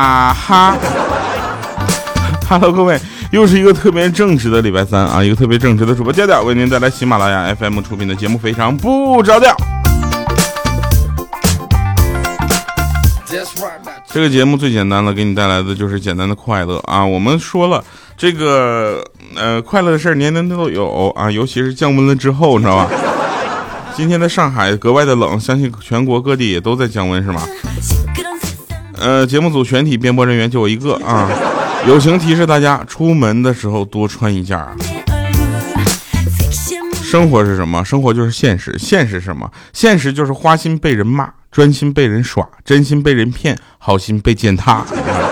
啊哈。Hello， 各位，又是一个特别正直的礼拜三啊，一个特别正直的主播调调为您带来喜马拉雅 FM 出品的节目，非常不着调。这个节目最简单了，给你带来的就是简单的快乐啊。我们说了，这个快乐的事儿年年都有啊，尤其是降温了之后，你知道吧？今天在上海格外的冷，相信全国各地也都在降温，是吗？节目组全体编播人员就我一个啊，友情提示大家，出门的时候多穿一件啊。生活是什么？生活就是现实。现实是什么？现实就是花心被人骂，专心被人耍，真心被人骗，好心被践踏。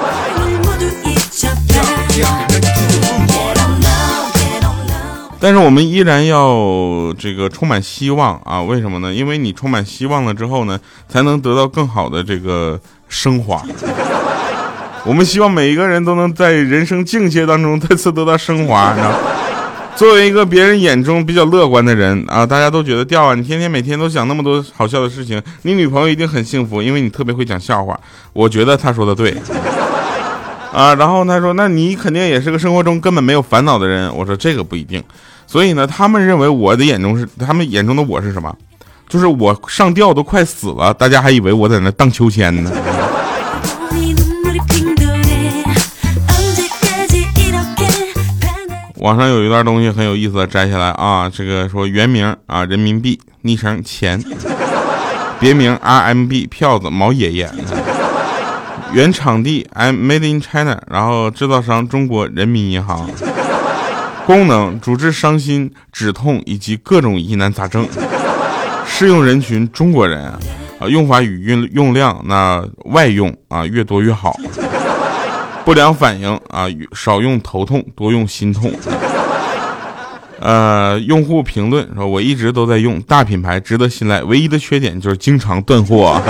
但是我们依然要这个充满希望啊！为什么呢？因为你充满希望了之后呢，才能得到更好的这个升华。我们希望每一个人都能在人生境界当中再次得到升华，你知道？作为一个别人眼中比较乐观的人啊，大家都觉得调啊，你天天每天都想那么多好笑的事情，你女朋友一定很幸福，因为你特别会讲笑话。我觉得他说的对啊，然后他说那你肯定也是个生活中根本没有烦恼的人。我说这个不一定。所以呢，他们认为我的眼中是，他们眼中的我是什么？就是我上吊都快死了，大家还以为我在那荡秋千呢。网上有一段东西很有意思，摘下来啊，这个说原名啊人民币，昵称钱，别名 RMB 票子毛爷爷，原场地 I'm Made in China， 然后制造商中国人民银行，功能主治伤心、止痛以及各种疑难杂症，适用人群中国人啊，用法与用量那外用啊越多越好。不良反应啊，少用头痛，多用心痛。用户评论说，我一直都在用，大品牌，值得信赖，唯一的缺点就是经常断货。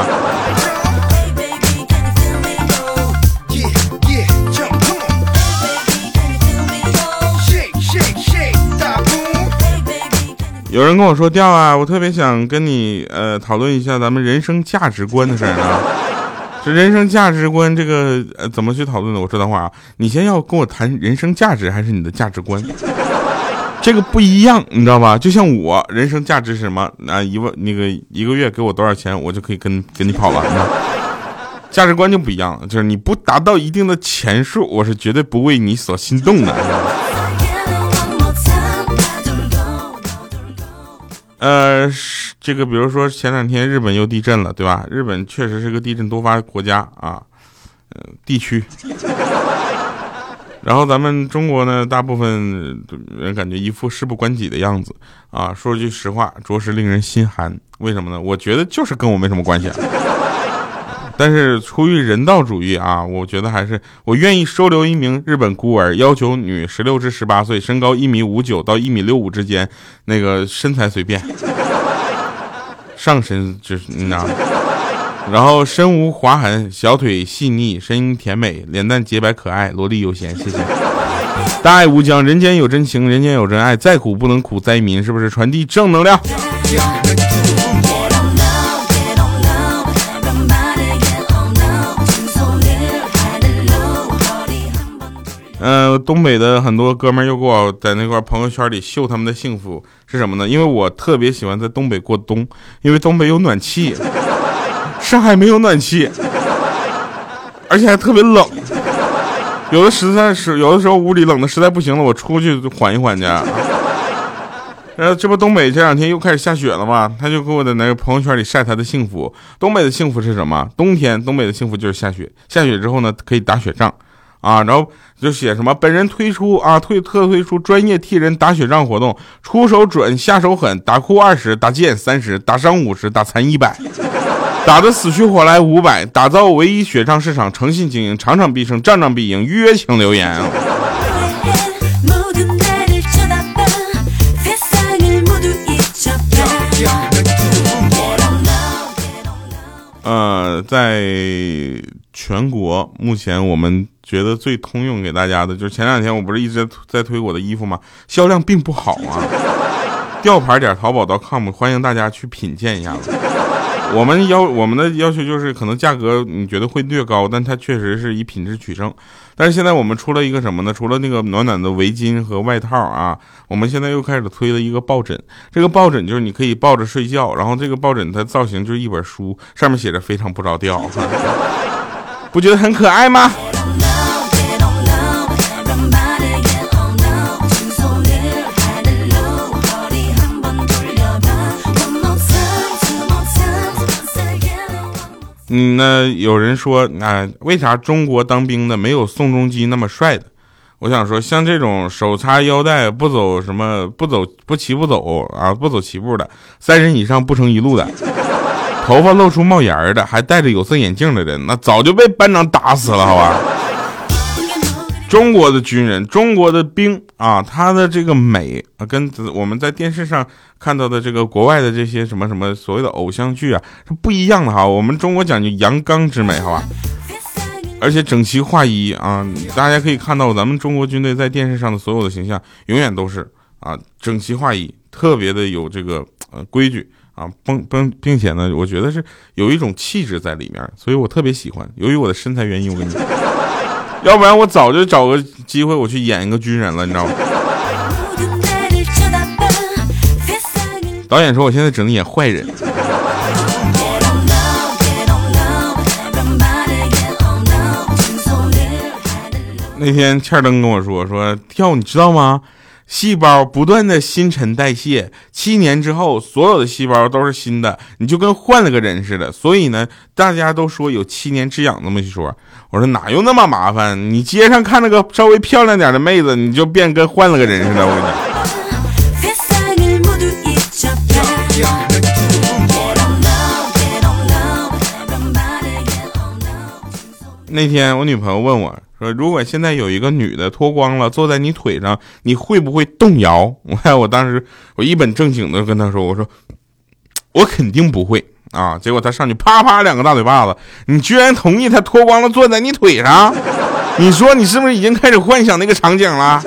有人跟我说，调啊，我特别想跟你讨论一下咱们人生价值观的事儿啊。这人生价值观这个怎么去讨论的？我说的话啊，你先要跟我谈人生价值还是你的价值观？这个不一样，你知道吧？就像我人生价值是什么啊？一个月给我多少钱，我就可以跟你跑了。价值观就不一样了，就是你不达到一定的钱数，我是绝对不为你所心动的。这个比如说前两天日本又地震了，对吧？日本确实是个地震多发国家啊，地区。然后咱们中国呢，大部分人感觉一副事不关己的样子啊。说句实话，着实令人心寒。为什么呢？我觉得就是跟我没什么关系。但是出于人道主义啊，我觉得还是我愿意收留一名日本孤儿，要求女16至18岁，身高1.59米到1.65米之间，那个身材随便，上身就是你知道，然后身无划痕，小腿细腻，声音甜美，脸蛋洁白可爱，萝莉有闲，谢谢。大爱无疆，人间有真情，人间有真爱，再苦不能苦灾民，是不是？传递正能量。东北的很多哥们儿又给我在那块朋友圈里秀他们的幸福是什么呢？因为我特别喜欢在东北过冬，因为东北有暖气，上海没有暖气，而且还特别冷。有的时候屋里冷的实在不行了，我出去缓一缓去。这不东北这两天又开始下雪了嘛，他就给我在那个朋友圈里晒他的幸福。东北的幸福是什么？冬天东北的幸福就是下雪，下雪之后呢可以打雪仗啊，然后就写什么本人推出专业替人打雪仗活动，出手准下手狠，打哭20，打剑30，打伤50，打残100，打得死去活来500，打造唯一雪仗市场，诚信经营，场场必胜，仗仗必赢，预约请留言。在全国目前我们觉得最通用给大家的就是前两天我不是一直在推我的衣服吗？销量并不好啊。吊牌点淘宝.com， 欢迎大家去品鉴一下子。 我们的要求就是可能价格你觉得会略高，但它确实是以品质取胜。但是现在我们出了一个什么呢？除了那个暖暖的围巾和外套啊，我们现在又开始推了一个抱枕。这个抱枕就是你可以抱着睡觉，然后这个抱枕它造型就是一本书，上面写着非常不着调，不觉得很可爱吗？那有人说为啥中国当兵的没有宋仲基那么帅的？我想说，像这种手插腰带不走齐步走啊，不走齐步的，3人以上不成一路的，头发露出帽檐的，还戴着有色眼镜的人，那早就被班长打死了，好吧？中国的军人，中国的兵啊，他的这个美啊，跟我们在电视上看到的这个国外的这些什么所谓的偶像剧啊，是不一样的哈。我们中国讲究阳刚之美，好吧？而且整齐划一啊，大家可以看到咱们中国军队在电视上的所有的形象，永远都是整齐划一，特别的有这个规矩啊，并且呢，我觉得是有一种气质在里面，所以我特别喜欢。由于我的身材原因，我跟你讲。要不然我早就找个机会我去演一个军人了，你知道吗？导演说我现在只能演坏人。那天欠灯跟我说跳，你知道吗？细胞不断的新陈代谢，7年之后所有的细胞都是新的，你就跟换了个人似的。所以呢，大家都说有7年之痒这么一说。我说哪有那么麻烦？你街上看那个稍微漂亮点的妹子，你就变跟换了个人似的。我跟你讲。那天我女朋友问我说，如果现在有一个女的脱光了坐在你腿上，你会不会动摇？我当时我一本正经的跟她说，我说我肯定不会啊。结果她上去啪啪2个大嘴巴子，你居然同意她脱光了坐在你腿上？你说你是不是已经开始幻想那个场景了？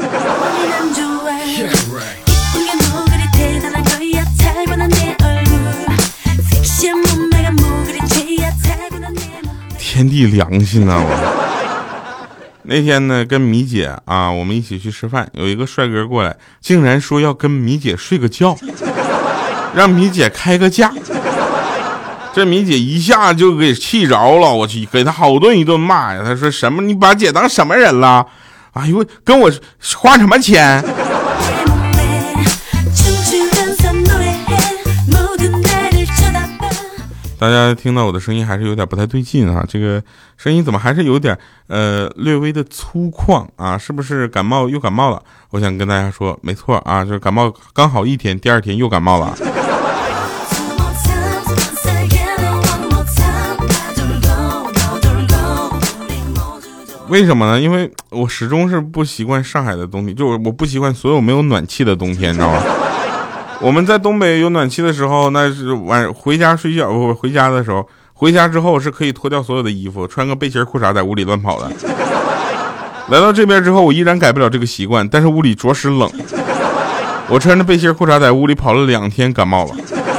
天地良心啊！那天呢，跟米姐啊，我们一起去吃饭，有一个帅哥过来，竟然说要跟米姐睡个觉，让米姐开个价。这米姐一下就给气着了，我去给他好顿一顿骂呀！他说什么？你把姐当什么人了？哎呦，跟我花什么钱？大家听到我的声音还是有点不太对劲啊，这个声音怎么还是有点略微的粗犷啊？是不是感冒又感冒了？我想跟大家说，没错啊，就是感冒刚好1天，第2天又感冒了。为什么呢？因为我始终是不习惯上海的冬天，就是我不习惯所有没有暖气的冬天，你知道吗？我们在东北有暖气的时候，那是回家睡觉，回家的时候，回家之后是可以脱掉所有的衣服，穿个背心裤衩在屋里乱跑的。来到这边之后，我依然改不了这个习惯，但是屋里着实冷。我穿着背心裤衩在屋里跑了2天，感冒了。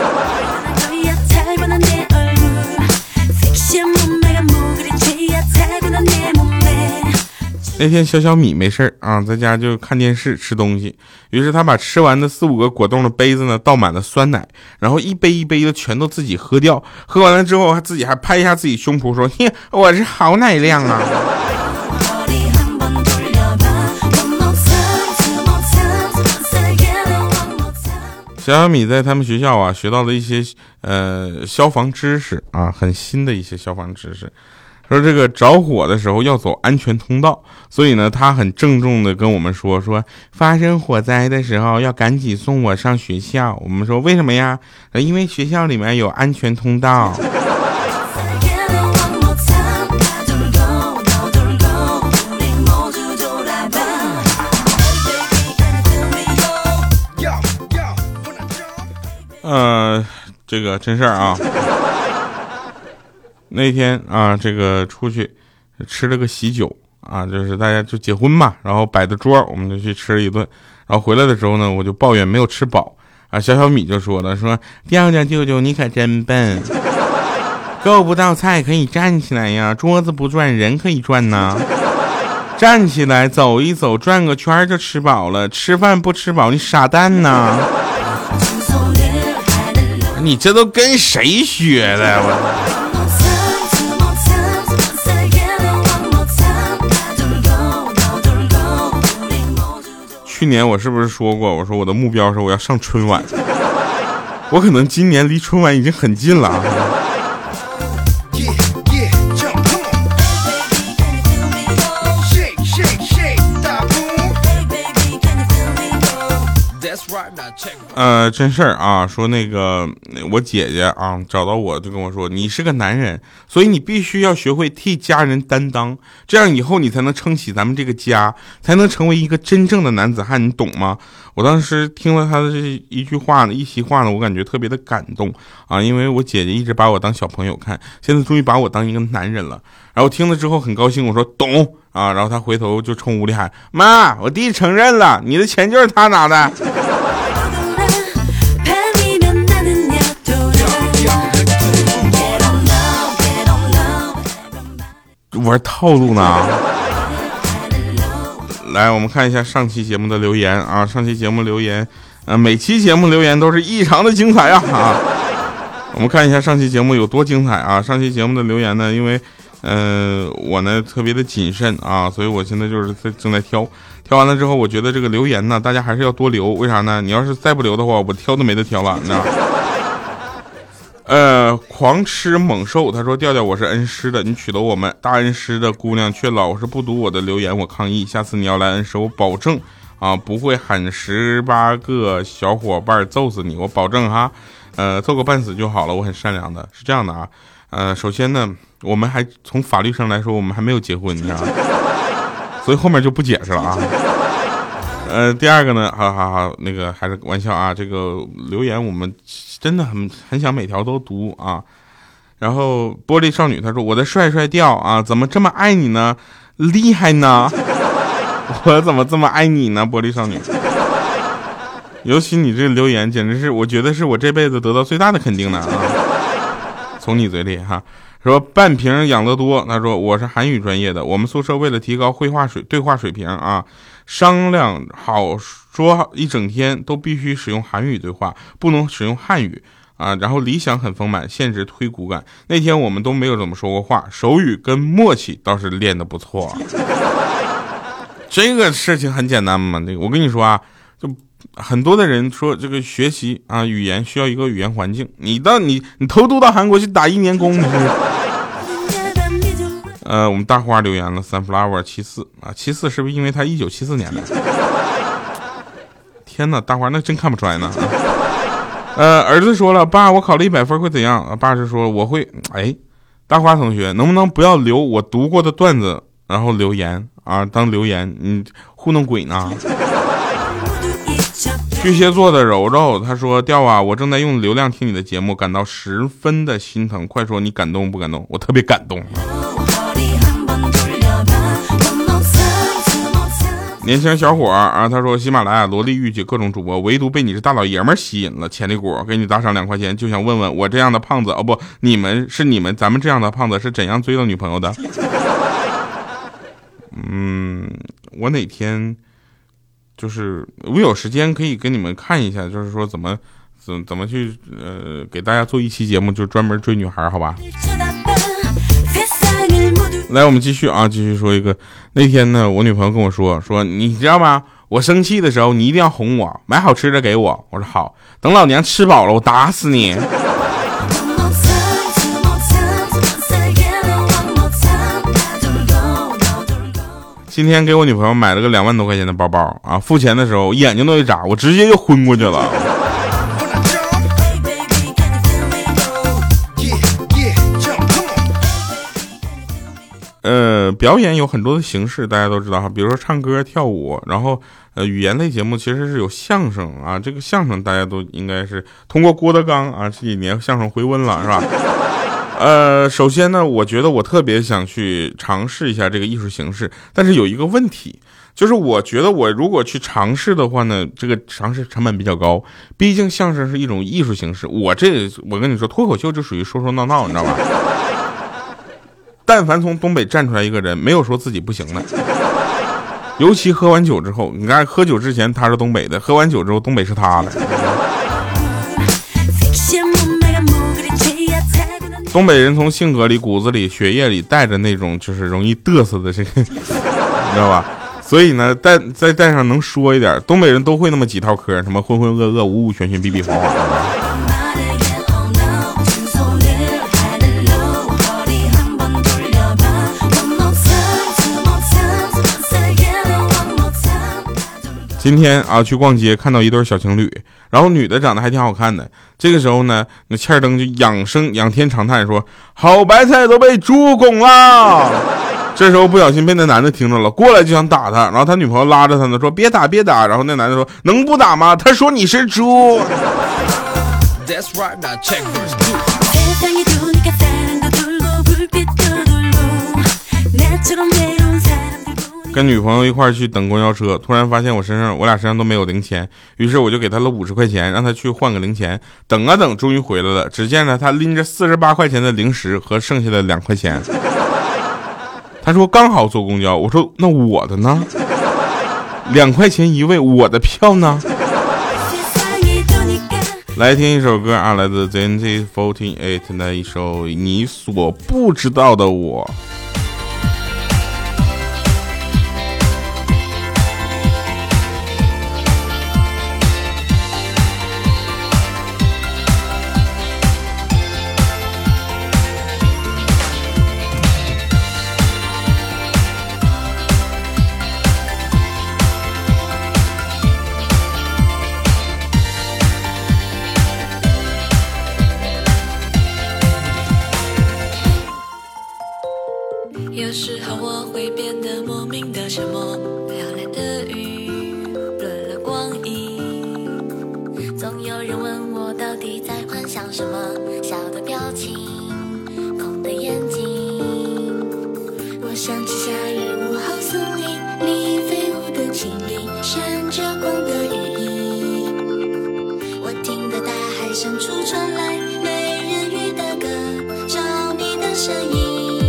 那天小米没事啊，在家就看电视吃东西，于是他把吃完的4-5个果冻的杯子呢倒满了酸奶，然后一杯一杯的全都自己喝掉，喝完了之后自己还拍一下自己胸脯说，我是好奶量啊。小米在他们学校啊学到了一些消防知识啊，很新的一些消防知识。说这个着火的时候要走安全通道，所以呢他很郑重的跟我们说发生火灾的时候要赶紧送我上学校。我们说为什么呀？因为学校里面有安全通道。这个真事儿啊。那天啊，这个出去吃了个喜酒啊，就是大家就结婚嘛，然后摆的桌，我们就去吃了一顿。然后回来的时候呢，我就抱怨没有吃饱啊。小米就说了，说调调舅舅你可真笨。 够不到菜可以站起来呀，桌子不转人可以转呐。站起来走一走，转个圈就吃饱了。吃饭不吃饱，你傻蛋呐！你这都跟谁学的？去年我是不是说过，我说我的目标是我要上春晚，我可能今年离春晚已经很近了。真事儿啊，说那个我姐姐啊找到我就跟我说，你是个男人，所以你必须要学会替家人担当，这样以后你才能撑起咱们这个家，才能成为一个真正的男子汉，你懂吗？我当时听了她的这一句话呢，一席话呢，我感觉特别的感动啊，因为我姐姐一直把我当小朋友看，现在终于把我当一个男人了。然后听了之后很高兴，我说懂啊，然后她回头就冲屋里喊，妈，我弟承认了，你的钱就是他拿的。玩套路呢。来，我们看一下上期节目的留言啊，上期节目留言，每期节目留言都是异常的精彩啊。我们看一下上期节目有多精彩啊。上期节目的留言呢，因为我呢特别的谨慎啊，所以我现在就是正在挑完了之后，我觉得这个留言呢，大家还是要多留，为啥呢？你要是再不留的话，我挑都没得挑了，你知道。狂吃猛兽，他说调调，我是恩施的，你娶了我们大恩施的姑娘，却老是不读我的留言，我抗议，下次你要来恩施，我保证啊不会喊18个小伙伴揍死你，我保证哈，揍个半死就好了，我很善良的。是这样的啊，首先呢，我们还从法律上来说，我们还没有结婚，你知道吗？所以后面就不解释了啊。第二个呢，好，那个还是玩笑啊。这个留言我们真的很想每条都读啊。然后玻璃少女她说：“我的帅帅调啊，怎么这么爱你呢？厉害呢！我怎么这么爱你呢？玻璃少女。尤其你这个留言，简直是我觉得是我这辈子得到最大的肯定的啊。从你嘴里哈。”说半瓶养乐多，他说我是韩语专业的，我们宿舍为了提高对话水平啊，商量好说一整天都必须使用韩语对话，不能使用汉语啊。然后理想很丰满，限制推骨感。那天我们都没有怎么说过话，手语跟默契倒是练得不错。这个事情很简单嘛，这个我跟你说啊，就很多的人说这个学习啊语言需要一个语言环境，你偷渡到韩国去打1年工，你是。我们大花留言了 Sunflower 74啊，74是不是因为他1974年的？天哪，大花那真看不出来呢。儿子说了，爸，我考了100分会怎样？爸是说我会，大花同学能不能不要留我读过的段子，然后留言啊当留言，你糊弄鬼呢？巨蟹座的柔柔他说，调啊，我正在用流量听你的节目，感到十分的心疼，快说你感动不感动？我特别感动。年轻小伙啊，他说喜马拉雅萝莉御姐各种主播，唯独被你这大老爷们吸引了，潜力股给你打赏2块钱，就想问问我这样的胖子哦不，咱们这样的胖子是怎样追到女朋友的？我哪天就是我有时间可以给你们看一下，就是说怎么去给大家做一期节目，就专门追女孩，好吧？来，我们继续说一个。那天呢，我女朋友跟我说你知道吗？我生气的时候，你一定要哄我，买好吃的给我。我说好，等老娘吃饱了，我打死你。今天给我女朋友买了个2万多块钱的包包啊，付钱的时候眼睛都一眨，我直接就昏过去了。表演有很多的形式，大家都知道哈，比如说唱歌、跳舞，然后语言类节目其实是有相声啊，这个相声大家都应该是通过郭德纲啊这几年相声回温了，是吧？首先呢，我觉得我特别想去尝试一下这个艺术形式，但是有一个问题，就是我觉得我如果去尝试的话呢，这个尝试成本比较高，毕竟相声是一种艺术形式，我跟你说，脱口秀就属于说说闹闹，你知道吧？ 但凡从东北站出来一个人，没有说自己不行的。尤其喝完酒之后，你看喝酒之前他是东北的，喝完酒之后东北是他的。东北人从性格里、骨子里、血液里带着那种就是容易嘚瑟的这个，你知道吧？所以呢，再带上能说一点，东北人都会那么几套嗑，什么浑浑噩噩、五五玄玄、比比划划。今天啊，去逛街看到一对小情侣，然后女的长得还挺好看的。这个时候呢，那欠灯就仰天长叹说：“好白菜都被猪拱了。”这时候不小心被那男的听着了，过来就想打他，然后他女朋友拉着他呢说：“别打别打。”然后那男的说：“能不打吗？”他说：“你是猪。”跟女朋友一块去等公交车，突然发现我俩身上都没有零钱，于是我就给他了50块钱，让他去换个零钱。等啊等，终于回来了，只见呢他拎着48块钱的零食和剩下的2块钱。他说刚好坐公交，我说那我的呢？2块钱一位，我的票呢？来听一首歌啊，来自 ZNZ48 的一首《你所不知道的我》。 有时候我会变得莫名的沉默，飘来的雨润了光阴，总有人问我到底在幻想什么，笑的表情，空的眼睛。我想起夏日午后森林里飞舞的精灵，闪着光的羽翼。我听得大海深处传来美人鱼的歌，着迷的声音。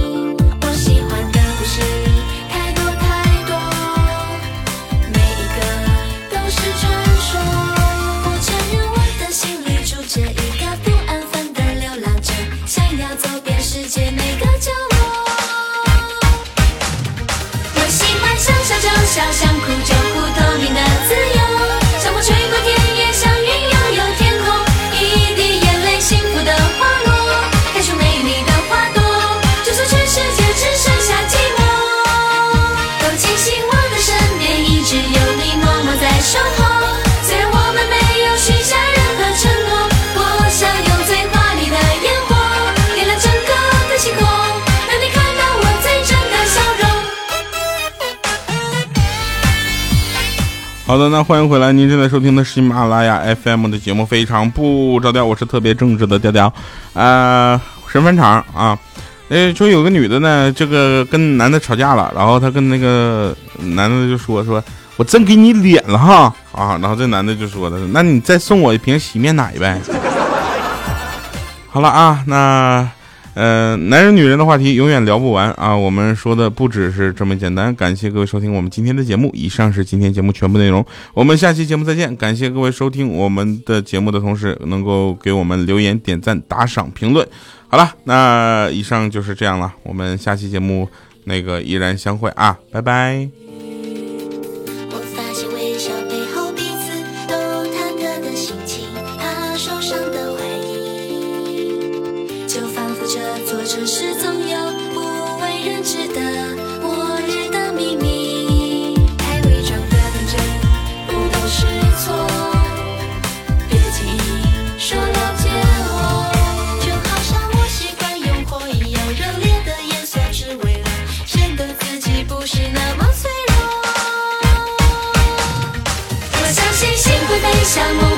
想哭就哭，透明的自由，像风吹过田野，像云悠悠天空，一滴眼泪，幸福的花落，开出美丽的花朵，就算全世界只剩下寂寞，都庆幸我的身边一直有你默默在守候，虽然我们没有许下任何承诺，我想用最华丽的烟火点亮整个的星空，让你看到我最真的笑容。 好的，那欢迎回来，您正在收听的是喜马拉雅 FM 的节目非常不着调，我是特别正直的调调神返场啊。说有个女的呢，这个跟男的吵架了，然后她跟那个男的就说我真给你脸了哈啊，然后这男的就说那你再送我一瓶洗面奶呗。好了啊，那男人女人的话题永远聊不完啊！我们说的不只是这么简单。感谢各位收听我们今天的节目，以上是今天节目全部内容。我们下期节目再见！感谢各位收听我们的节目的同时，能够给我们留言、点赞、打赏、评论。好了，那以上就是这样了。我们下期节目依然相会啊！拜拜。 我发现微笑背后彼此都忐忑的心情，怕受伤的怀疑，就仿佛这座城市总有不为人知的末日的秘密，太伪装的天真不都是错，别轻易说了解我，就好像我习惯用火一样热烈的颜色，只为了显得自己不是那么脆弱。我相信心会飞向梦